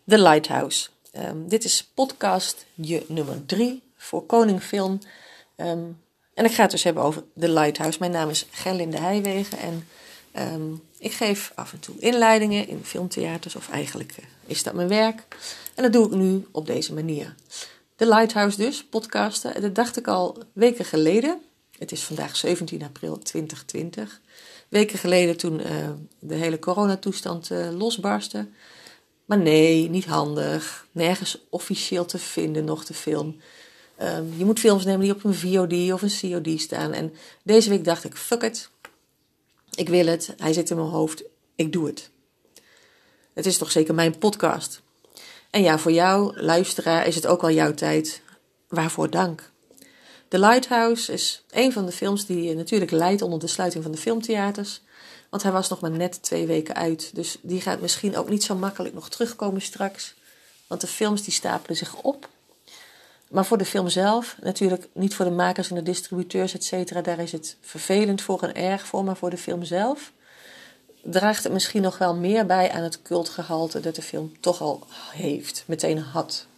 The Lighthouse. Dit is podcast nummer 3 voor Koning Film. En ik ga het dus hebben over The Lighthouse. Mijn naam is Gerlinde Heijwegen en ik geef af en toe inleidingen in filmtheaters, of eigenlijk is dat mijn werk. En dat doe ik nu op deze manier. The Lighthouse dus, podcasten. En dat dacht ik al weken geleden. Het is vandaag 17 april 2020. Weken geleden toen de hele coronatoestand losbarstte. Maar nee, niet handig. Nergens officieel te vinden nog de film. Je moet films nemen die op een VOD of een COD staan. En deze week dacht ik, fuck it. Ik wil het. Hij zit in mijn hoofd. Ik doe het. Het is toch zeker mijn podcast. En ja, voor jou, luisteraar, is het ook al jouw tijd. Waarvoor dank. The Lighthouse is een van de films die natuurlijk leidt onder de sluiting van de filmtheaters. Want hij was nog maar net 2 weken uit. Dus die gaat misschien ook niet zo makkelijk nog terugkomen straks. Want de films die stapelen zich op. Maar voor de film zelf, natuurlijk niet voor de makers en de distributeurs, et cetera. Daar is het vervelend voor en erg voor. Maar voor de film zelf draagt het misschien nog wel meer bij aan het cultgehalte dat de film toch al heeft. Meteen had.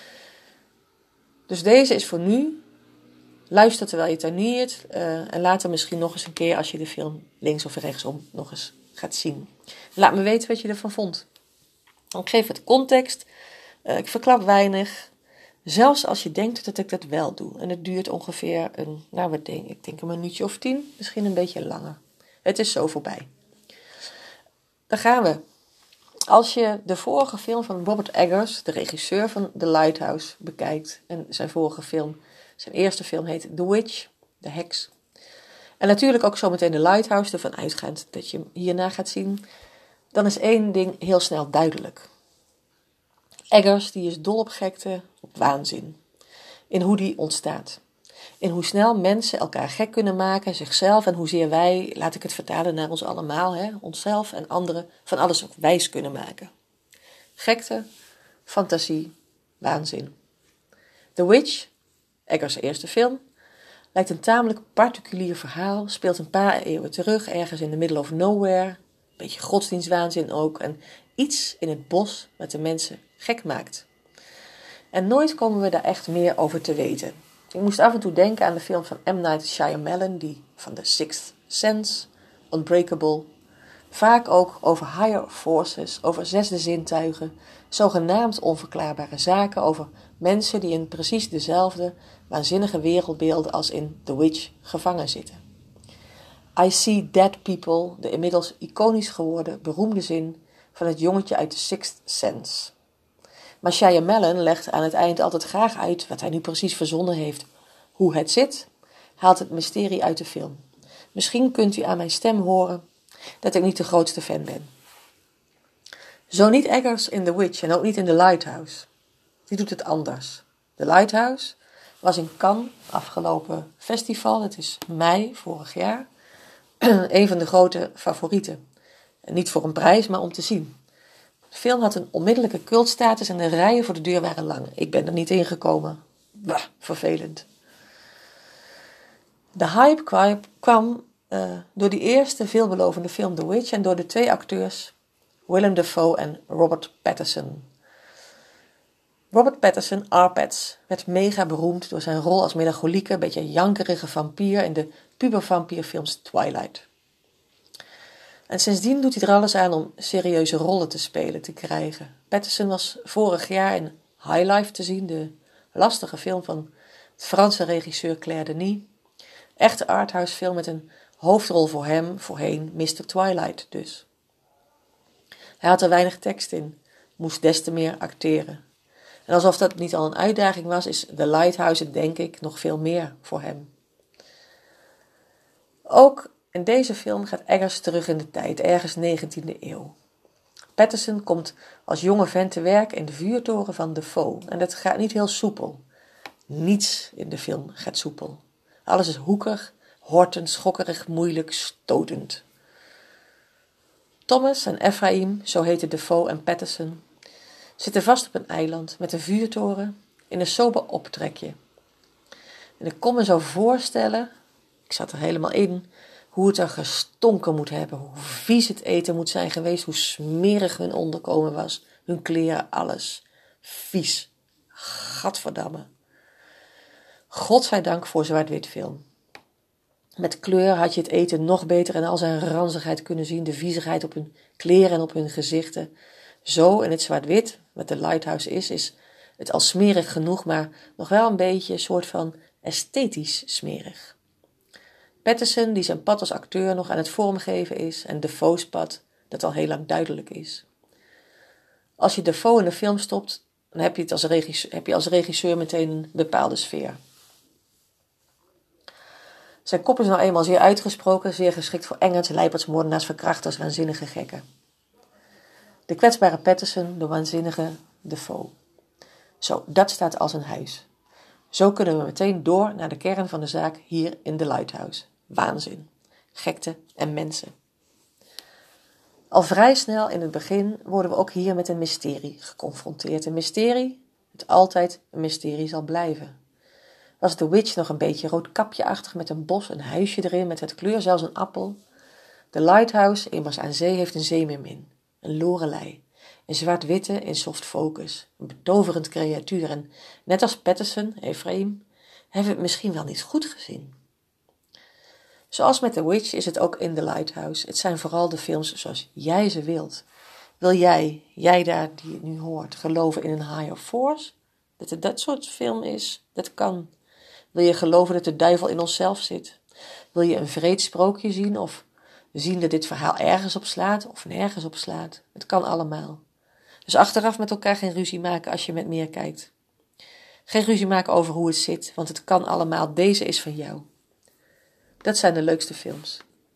Dus deze is voor nu. Luister terwijl je tuiniert en later misschien nog eens een keer als je de film links of rechtsom nog eens gaat zien. Laat me weten wat je ervan vond. Ik geef het context. Ik verklap weinig. Zelfs als je denkt dat ik dat wel doe. En het duurt ongeveer ik denk een minuutje of 10. Misschien een beetje langer. Het is zo voorbij. Daar gaan we. Als je de vorige film van Robert Eggers, de regisseur van The Lighthouse, bekijkt. En zijn eerste film heet The Witch, de heks. En natuurlijk ook zometeen The Lighthouse, ervan uitgaand dat je hem hierna gaat zien. Dan is 1 ding heel snel duidelijk. Eggers die is dol op gekte, op waanzin. In hoe die ontstaat. In hoe snel mensen elkaar gek kunnen maken, zichzelf. En hoezeer wij, laat ik het vertalen naar ons allemaal, onszelf en anderen, van alles ook wijs kunnen maken. Gekte, fantasie, waanzin. The Witch, Eggers' eerste film, lijkt een tamelijk particulier verhaal, speelt een paar eeuwen terug, ergens in the middle of nowhere, een beetje godsdienstwaanzin ook, en iets in het bos wat de mensen gek maakt. En nooit komen we daar echt meer over te weten. Ik moest af en toe denken aan de film van M. Night Shyamalan, die van The Sixth Sense, Unbreakable, vaak ook over higher forces, over 6e zintuigen, zogenaamd onverklaarbare zaken, over mensen die in precies dezelfde waanzinnige wereldbeelden als in The Witch gevangen zitten. I see dead people, de inmiddels iconisch geworden beroemde zin van het jongetje uit The Sixth Sense. Maar Shyamalan legt aan het eind altijd graag uit wat hij nu precies verzonnen heeft. Hoe het zit, haalt het mysterie uit de film. Misschien kunt u aan mijn stem horen dat ik niet de grootste fan ben. Zo niet Eggers in The Witch en ook niet in The Lighthouse. Die doet het anders. The Lighthouse was in Cannes, afgelopen festival, het is mei vorig jaar, een van de grote favorieten. En niet voor een prijs, maar om te zien. De film had een onmiddellijke cultstatus en de rijen voor de deur waren lang. Ik ben er niet ingekomen. Vervelend. De hype kwam door die eerste veelbelovende film The Witch en door de 2 acteurs Willem Dafoe en Robert Pattinson. Robert Pattinson, R-Pats, werd mega beroemd door zijn rol als melancholieke, beetje jankerige vampier in de pubervampierfilms Twilight. En sindsdien doet hij er alles aan om serieuze rollen te krijgen. Pattinson was vorig jaar in High Life te zien, de lastige film van het Franse regisseur Claire Denis. Echte arthouse film met een hoofdrol voor hem, voorheen Mr. Twilight dus. Hij had er weinig tekst in, moest des te meer acteren. En alsof dat niet al een uitdaging was, is The Lighthouse het denk ik nog veel meer voor hem. Ook in deze film gaat Eggers terug in de tijd, ergens 19e eeuw. Pattinson komt als jonge vent te werk in de vuurtoren van Dafoe. En dat gaat niet heel soepel. Niets in de film gaat soepel. Alles is hoekig, hortend, schokkerig, moeilijk, stotend. Thomas en Ephraim, zo heten Dafoe en Pattinson, zitten vast op een eiland met een vuurtoren in een sober optrekje. En ik kon me zo voorstellen, ik zat er helemaal in, Hoe het er gestonken moet hebben. Hoe vies het eten moet zijn geweest. Hoe smerig hun onderkomen was. Hun kleren, alles. Vies. Gadverdamme. Godzijdank voor zwart-wit film. Met kleur had je het eten nog beter en al zijn ranzigheid kunnen zien. De viezigheid op hun kleren en op hun gezichten. Zo in het zwart-wit, wat de Lighthouse is het al smerig genoeg, maar nog wel een beetje een soort van esthetisch smerig. Pattinson, die zijn pad als acteur nog aan het vormgeven is, en Defoe's pad, dat al heel lang duidelijk is. Als je Defoe in de film stopt, dan heb je als regisseur meteen een bepaalde sfeer. Zijn kop is nou eenmaal zeer uitgesproken, zeer geschikt voor engels, lijperts, moordenaars, verkrachters, waanzinnige gekken. De kwetsbare Pattinson, de waanzinnige Defoe. Zo, dat staat als een huis. Zo kunnen we meteen door naar de kern van de zaak hier in de Lighthouse. Waanzin, gekte en mensen. Al vrij snel in het begin worden we ook hier met een mysterie geconfronteerd. Een mysterie dat altijd een mysterie zal blijven. Was The Witch nog een beetje roodkapje-achtig met een bos, een huisje erin met het kleur, zelfs een appel? De Lighthouse, immers aan zee, heeft een zeemeermin, een lorelei, een zwart-witte in soft focus, een betoverend creatuur en, net als Pattinson, Ephraim, hebben we het misschien wel niet goed gezien. Zoals met The Witch is het ook in The Lighthouse. Het zijn vooral de films zoals jij ze wilt. Wil jij daar die het nu hoort, geloven in een higher force? Dat het dat soort film is? Dat kan. Wil je geloven dat de duivel in onszelf zit? Wil je een wreed sprookje zien of zien dat dit verhaal ergens op slaat of nergens op slaat? Het kan allemaal. Dus achteraf met elkaar geen ruzie maken als je met meer kijkt. Geen ruzie maken over hoe het zit, want het kan allemaal. Deze is van jou. Dat zijn de leukste films.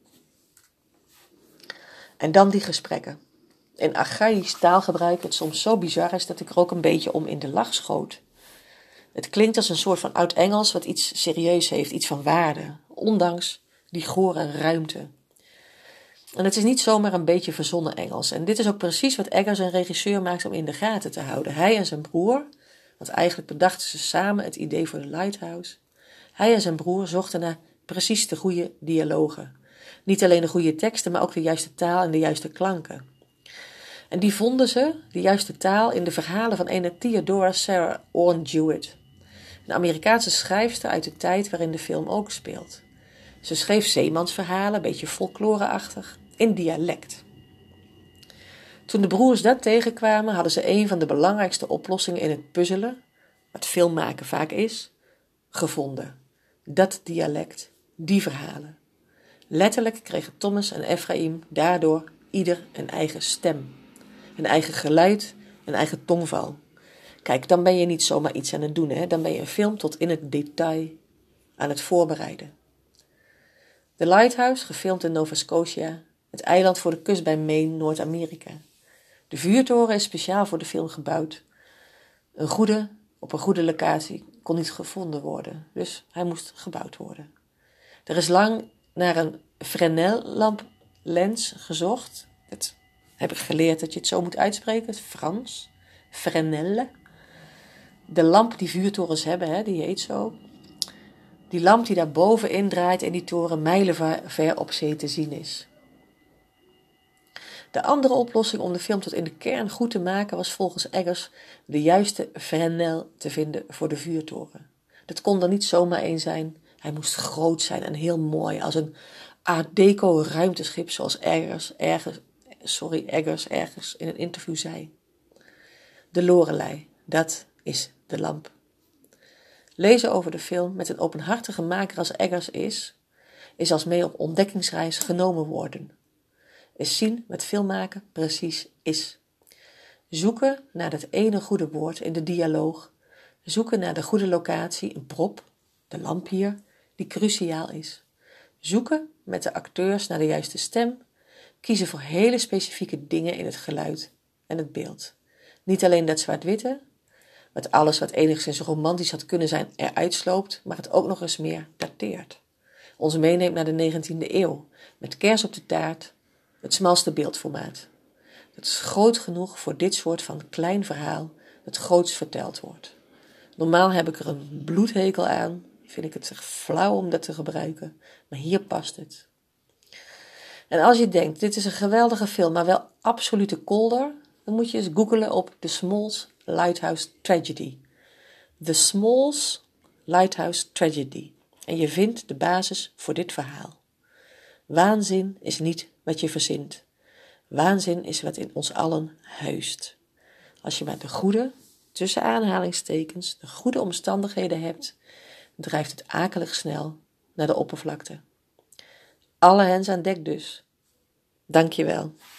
En dan die gesprekken. In archaïsch taalgebruik het soms zo bizar is dat ik er ook een beetje om in de lach schoot. Het klinkt als een soort van oud-Engels wat iets serieus heeft, iets van waarde, ondanks die gore ruimte. En het is niet zomaar een beetje verzonnen Engels. En dit is ook precies wat Eggers, een regisseur, maakt om in de gaten te houden. Hij en zijn broer, want eigenlijk bedachten ze samen het idee voor de Lighthouse. Hij en zijn broer zochten naar precies de goede dialogen. Niet alleen de goede teksten, maar ook de juiste taal en de juiste klanken. En die vonden ze, de juiste taal, in de verhalen van ene Theodora Sarah Orne Jewett. Een Amerikaanse schrijfster uit de tijd waarin de film ook speelt. Ze schreef zeemansverhalen, een beetje folkloreachtig, in dialect. Toen de broers dat tegenkwamen, hadden ze een van de belangrijkste oplossingen in het puzzelen, wat filmmaken vaak is, gevonden. Dat dialect, die verhalen. Letterlijk kregen Thomas en Ephraim daardoor ieder een eigen stem. Een eigen geluid, een eigen tongval. Kijk, dan ben je niet zomaar iets aan het doen, hè? Dan ben je een film tot in het detail aan het voorbereiden. The Lighthouse, gefilmd in Nova Scotia, het eiland voor de kust bij Maine, Noord-Amerika. De vuurtoren is speciaal voor de film gebouwd. Op een goede locatie kon niet gevonden worden, dus hij moest gebouwd worden. Er is lang naar een Fresnel-lamplens gezocht. Dat heb ik geleerd dat je het zo moet uitspreken, het Frans. Fresnel. De lamp die vuurtorens hebben, hè, die heet zo. Die lamp die daar bovenin draait en die toren mijlen ver op zee te zien is. De andere oplossing om de film tot in de kern goed te maken was volgens Eggers de juiste Fresnel te vinden voor de vuurtoren. Dat kon er niet zomaar één zijn. Hij moest groot zijn en heel mooi, als een Art Deco ruimteschip, zoals Eggers ergens in een interview zei. De Lorelei, dat is de lamp. Lezen over de film met een openhartige maker als Eggers is als mee op ontdekkingsreis genomen worden. Is zien wat filmmaken precies is. Zoeken naar dat ene goede woord in de dialoog. Zoeken naar de goede locatie, een prop, de lamp hier, die cruciaal is. Zoeken met de acteurs naar de juiste stem. Kiezen voor hele specifieke dingen in het geluid en het beeld. Niet alleen dat zwart-witte, met alles wat enigszins romantisch had kunnen zijn eruit sloopt, maar het ook nog eens meer dateert. Ons meeneemt naar de 19e eeuw, met kers op de taart, het smalste beeldformaat. Het is groot genoeg voor dit soort van klein verhaal dat groots verteld wordt. Normaal heb ik er een bloedhekel aan, vind ik het flauw om dat te gebruiken, maar hier past het. En als je denkt, dit is een geweldige film, maar wel absolute kolder, dan moet je eens googlen op The Smalls Lighthouse Tragedy. The Smalls Lighthouse Tragedy. En je vindt de basis voor dit verhaal. Waanzin is niet wat je verzint. Waanzin is wat in ons allen huist. Als je maar de goede, tussen aanhalingstekens, de goede omstandigheden hebt, drijft het akelig snel naar de oppervlakte. Alle hens aan dek dus. Dank je wel.